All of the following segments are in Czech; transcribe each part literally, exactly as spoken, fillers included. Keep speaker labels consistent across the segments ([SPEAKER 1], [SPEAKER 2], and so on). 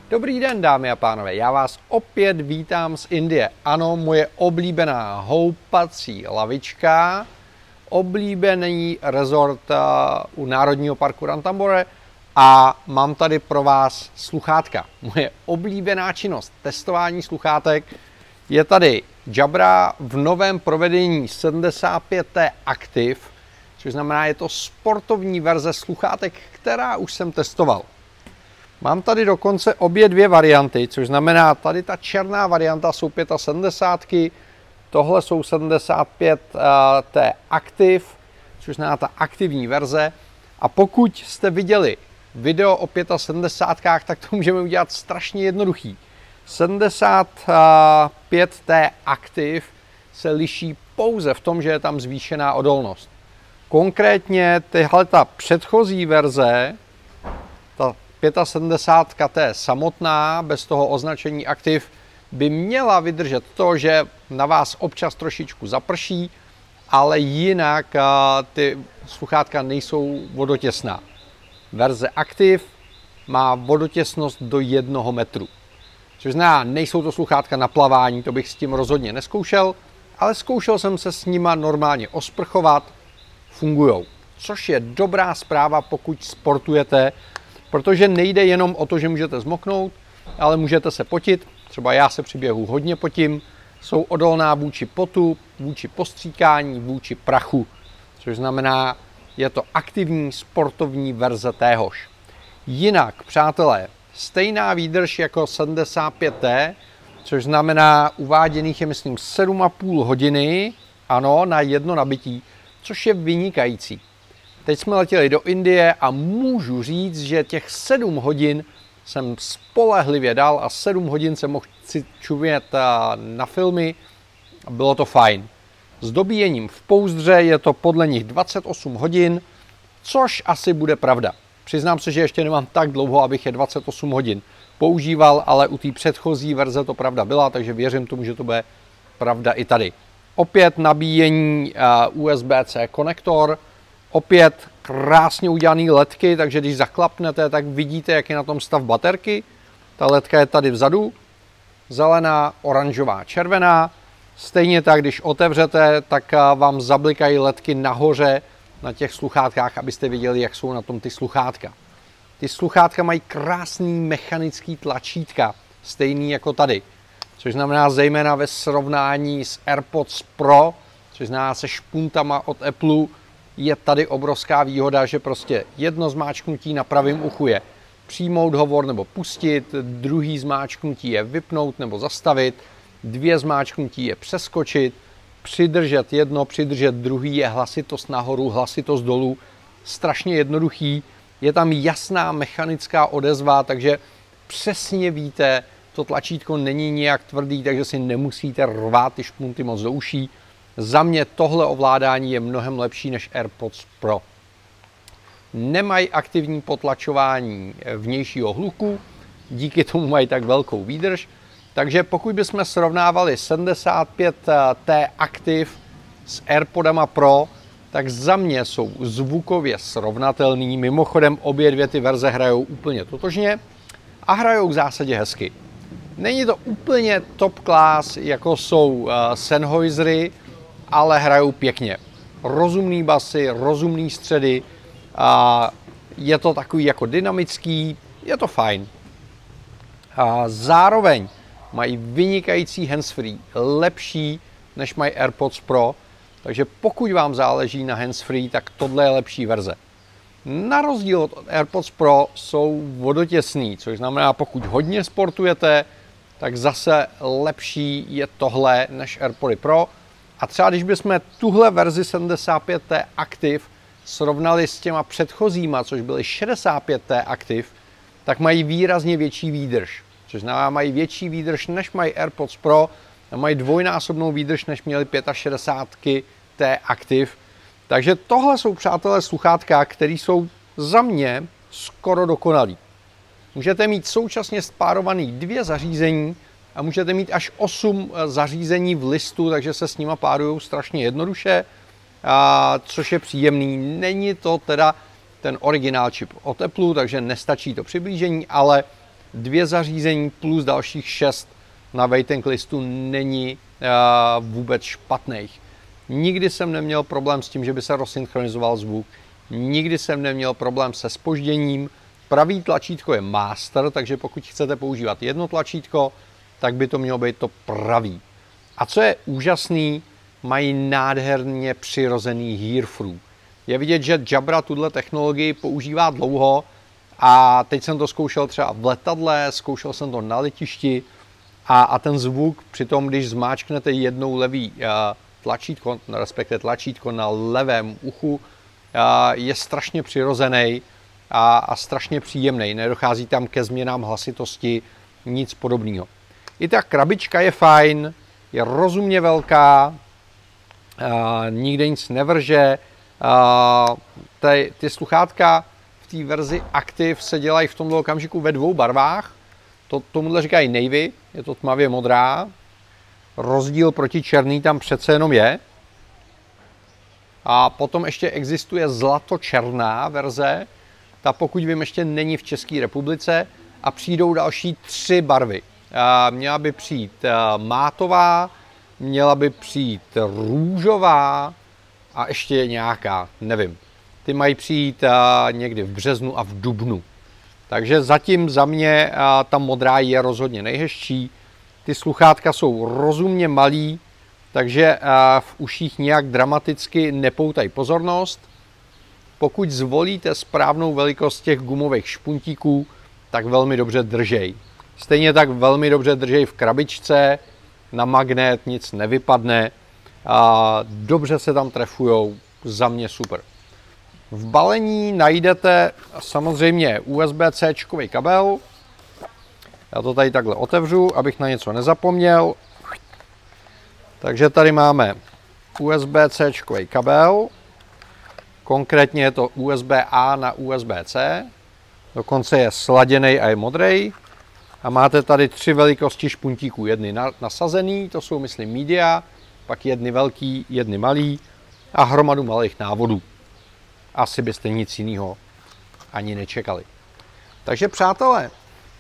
[SPEAKER 1] Dobrý den, dámy a pánové, já vás opět vítám z Indie. Ano, moje oblíbená houpací lavička, oblíbený rezort u Národního parku Ranthambore a mám tady pro vás sluchátka. Moje oblíbená činnost, testování sluchátek, je tady Jabra v novém provedení sedmdesát pět T Active, což znamená, je to sportovní verze sluchátek, která už jsem testoval. Mám tady dokonce obě dvě varianty, což znamená, tady ta černá varianta jsou sedmdesát pět, tohle jsou sedmdesát pět T Active, což znamená ta aktivní verze. A pokud jste viděli video o sedmdesát pět, tak to můžeme udělat strašně jednoduchý. sedmdesát pět T Active se liší pouze v tom, že je tam zvýšená odolnost. Konkrétně tyhle ta předchozí verze, ta sedmdesát pět T samotná, bez toho označení Active, by měla vydržet to, že na vás občas trošičku zaprší, ale jinak ty sluchátka nejsou vodotěsná. Verze Active má vodotěsnost do jednoho metru. Což znamená, nejsou to sluchátka na plavání, to bych s tím rozhodně neskoušel, ale zkoušel jsem se s nima normálně osprchovat, fungujou. Což je dobrá zpráva, pokud sportujete, protože nejde jenom o to, že můžete zmoknout, ale můžete se potit. Třeba já se při běhu hodně potím, jsou odolná vůči potu, vůči postříkání, vůči prachu. Což znamená, je to aktivní sportovní verze téhož. Jinak, přátelé, stejná výdrž jako sedmdesát pět T, což znamená uváděných je, myslím, sedm a půl hodiny, ano, na jedno nabití, což je vynikající. Teď jsme letěli do Indie a můžu říct, že těch sedm hodin jsem spolehlivě dal a sedm hodin jsem mohl si čumět na filmy a bylo to fajn. S dobíjením v pouzdře je to podle nich dvacet osm hodin, což asi bude pravda. Přiznám se, že ještě nemám tak dlouho, abych je dvacet osm hodin používal, ale u té předchozí verze to pravda byla, takže věřím tomu, že to bude pravda i tady. Opět nabíjení U S B C konektor, opět krásně udělané ledky, takže když zaklapnete, tak vidíte, jak je na tom stav baterky. Ta ledka je tady vzadu, zelená, oranžová, červená. Stejně tak, když otevřete, tak vám zablikají ledky nahoře na těch sluchátkách, abyste viděli, jak jsou na tom ty sluchátka. Ty sluchátka mají krásný mechanický tlačítka, stejný jako tady. Což znamená zejména ve srovnání s AirPods Pro, což znamená se špuntama od Apple, je tady obrovská výhoda, že prostě jedno zmáčknutí na pravém uchu je přijmout hovor nebo pustit, druhý zmáčknutí je vypnout nebo zastavit, dvě zmáčknutí je přeskočit, přidržet jedno, přidržet druhý je hlasitost nahoru, hlasitost dolů. Strašně jednoduchý, je tam jasná mechanická odezva, takže přesně víte, to tlačítko není nijak tvrdý, takže si nemusíte rvát ty špunty moc do uší. Za mě tohle ovládání je mnohem lepší než AirPods Pro. Nemají aktivní potlačování vnějšího hluku, díky tomu mají tak velkou výdrž. Takže pokud bychom srovnávali sedmdesát pět T Active s AirPodama Pro, tak za mě jsou zvukově srovnatelný. Mimochodem obě dvě ty verze hrajou úplně totožně a hrajou v zásadě hezky. Není to úplně top class, jako jsou Sennheisery, ale hrajou pěkně. Rozumný basy, rozumný středy, a je to takový jako dynamický, je to fajn. A zároveň mají vynikající handsfree, lepší než mají AirPods Pro, takže pokud vám záleží na handsfree, tak tohle je lepší verze. Na rozdíl od AirPods Pro jsou vodotěsný, což znamená, pokud hodně sportujete, tak zase lepší je tohle než AirPody Pro. A třeba když bychom tuhle verzi sedmdesát pět T Active srovnali s těma předchozíma, což byly šedesát pět T Active, tak mají výrazně větší výdrž. Což znamená, mají větší výdrž, než mají AirPods Pro, a mají dvojnásobnou výdrž, než měli šedesát pět T Active. Takže tohle jsou, přátelé, sluchátka, které jsou za mě skoro dokonalý. Můžete mít současně spárovaný dvě zařízení a můžete mít až osm zařízení v listu, takže se s nima párují strašně jednoduše, a což je příjemný. Není to teda ten originál čip od Apple, takže nestačí to přiblížení, ale dvě zařízení plus dalších šest na waiting listu není uh, vůbec špatných. Nikdy jsem neměl problém s tím, že by se rozsynchronizoval zvuk. Nikdy jsem neměl problém se zpožděním. Pravý tlačítko je master, takže pokud chcete používat jedno tlačítko, tak by to mělo být to pravý. A co je úžasný, mají nádherně přirozený hear-through. Je vidět, že Jabra tuhle technologii používá dlouho a teď jsem to zkoušel třeba v letadle, zkoušel jsem to na letišti a, a ten zvuk při tom, když zmáčknete jednou levý uh, tlačítko, respektive tlačítko na levém uchu, uh, je strašně přirozený a, a strašně příjemný. Nedochází tam ke změnám hlasitosti, nic podobného. I ta krabička je fajn, je rozumně velká, uh, nikde nic nevrže. Uh, ty, ty sluchátka v té verzi Active se dělají v tomto okamžiku ve dvou barvách. To, tomuhle říkají Navy, je to tmavě modrá. Rozdíl proti černý tam přece jenom je. A potom ještě existuje zlatočerná verze. Ta, pokud vím, ještě není v České republice. A přijdou další tři barvy. Uh, měla by přijít uh, mátová, měla by přijít růžová a ještě nějaká, nevím. Ty mají přijít uh, někdy v březnu a v dubnu. Takže zatím za mě uh, ta modrá je rozhodně nejhezčí. Ty sluchátka jsou rozumně malý, takže uh, v uších nějak dramaticky nepoutají pozornost. Pokud zvolíte správnou velikost těch gumových špuntíků, tak velmi dobře držej. Stejně tak velmi dobře držej v krabičce, na magnet nic nevypadne. A dobře se tam trefujou, za mě super. V balení najdete samozřejmě U S B C kabel. Já to tady takhle otevřu, abych na něco nezapomněl. Takže tady máme U S B C kabel. Konkrétně je to U S B A na U S B C. Dokonce je sladěný a je modrej. A máte tady tři velikosti špuntíků. Jedny nasazený, to jsou myslím media, pak jedny velký, jedny malý a hromadu malých návodů. Asi byste nic jiného ani nečekali. Takže přátelé,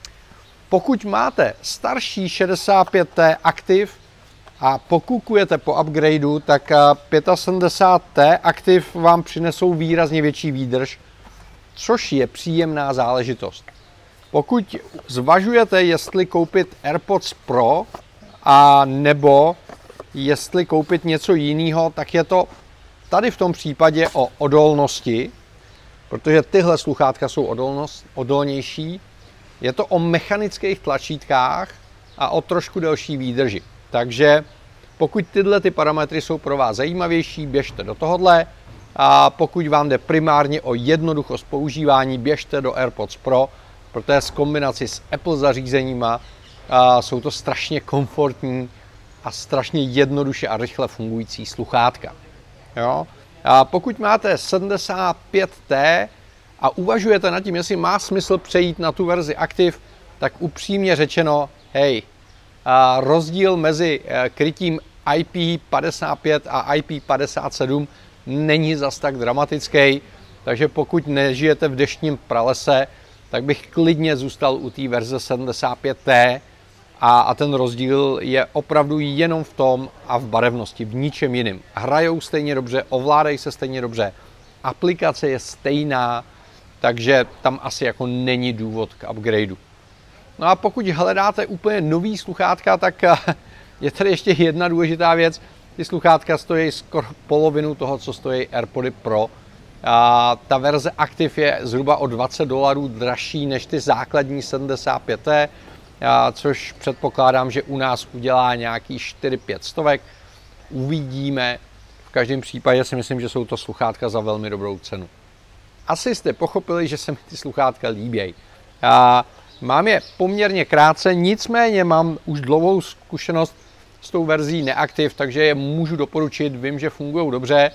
[SPEAKER 1] pokud máte starší šedesát pět T Active a pokukujete po upgradeu, tak sedmdesát pět T Active vám přinesou výrazně větší výdrž, což je příjemná záležitost. Pokud zvažujete, jestli koupit AirPods Pro a nebo jestli koupit něco jiného, tak je to tady v tom případě o odolnosti, protože tyhle sluchátka jsou odolnost, odolnější. Je to o mechanických tlačítkách a o trošku delší výdrži. Takže pokud tyhle ty parametry jsou pro vás zajímavější, běžte do tohohle. A pokud vám jde primárně o jednoduchost používání, běžte do AirPods Pro, protože s kombinací s Apple zařízeníma a jsou to strašně komfortní a strašně jednoduše a rychle fungující sluchátka. Jo? A pokud máte sedmdesát pět T a uvažujete nad tím, jestli má smysl přejít na tu verzi Active, tak upřímně řečeno, hej, a rozdíl mezi krytím I P padesát pět a I P padesát sedm není zas tak dramatický, takže pokud nežijete v deštním pralese, tak bych klidně zůstal u té verze sedmdesát pět T a, a ten rozdíl je opravdu jenom v tom a v barevnosti, v ničem jiným. Hrajou stejně dobře, ovládají se stejně dobře, aplikace je stejná, takže tam asi jako není důvod k upgradeu. No a pokud hledáte úplně nový sluchátka, tak je tady ještě jedna důležitá věc. Ty sluchátka stojí skoro polovinu toho, co stojí AirPody Pro. A ta verze Active je zhruba o dvacet dolarů dražší než ty základní sedmdesát pět T, a což předpokládám, že u nás udělá nějaký čtyři pět stovek. Uvidíme. V každém případě si myslím, že jsou to sluchátka za velmi dobrou cenu. Asi jste pochopili, že se mi ty sluchátka líbějí. A mám je poměrně krátce, nicméně mám už dlouhou zkušenost s tou verzí neaktiv, takže je můžu doporučit, vím, že fungují dobře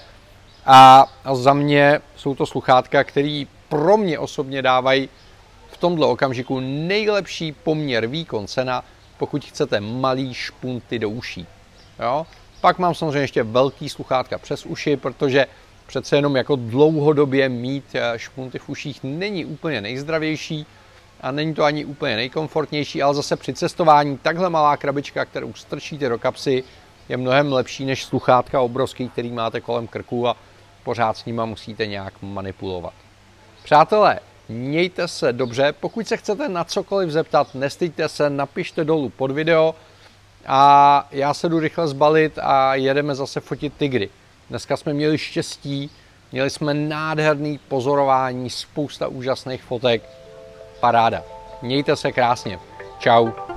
[SPEAKER 1] a za mě jsou to sluchátka, které pro mě osobně dávají v tomto okamžiku nejlepší poměr výkon cena, pokud chcete malý špunty do uší. Jo? Pak mám samozřejmě ještě velký sluchátka přes uši, protože přece jenom jako dlouhodobě mít špunty v uších není úplně nejzdravější. a není to ani úplně nejkomfortnější, ale zase při cestování takhle malá krabička, kterou strčíte do kapsy, je mnohem lepší než sluchátka obrovský, který máte kolem krku a pořád s nima musíte nějak manipulovat. Přátelé, mějte se dobře, pokud se chcete na cokoliv zeptat, nestyďte se, napište dolů pod video a já se jdu rychle zbalit a jedeme zase fotit tygry. Dneska jsme měli štěstí, měli jsme nádherný pozorování, spousta úžasných fotek, paráda. Mějte se krásně. Čau.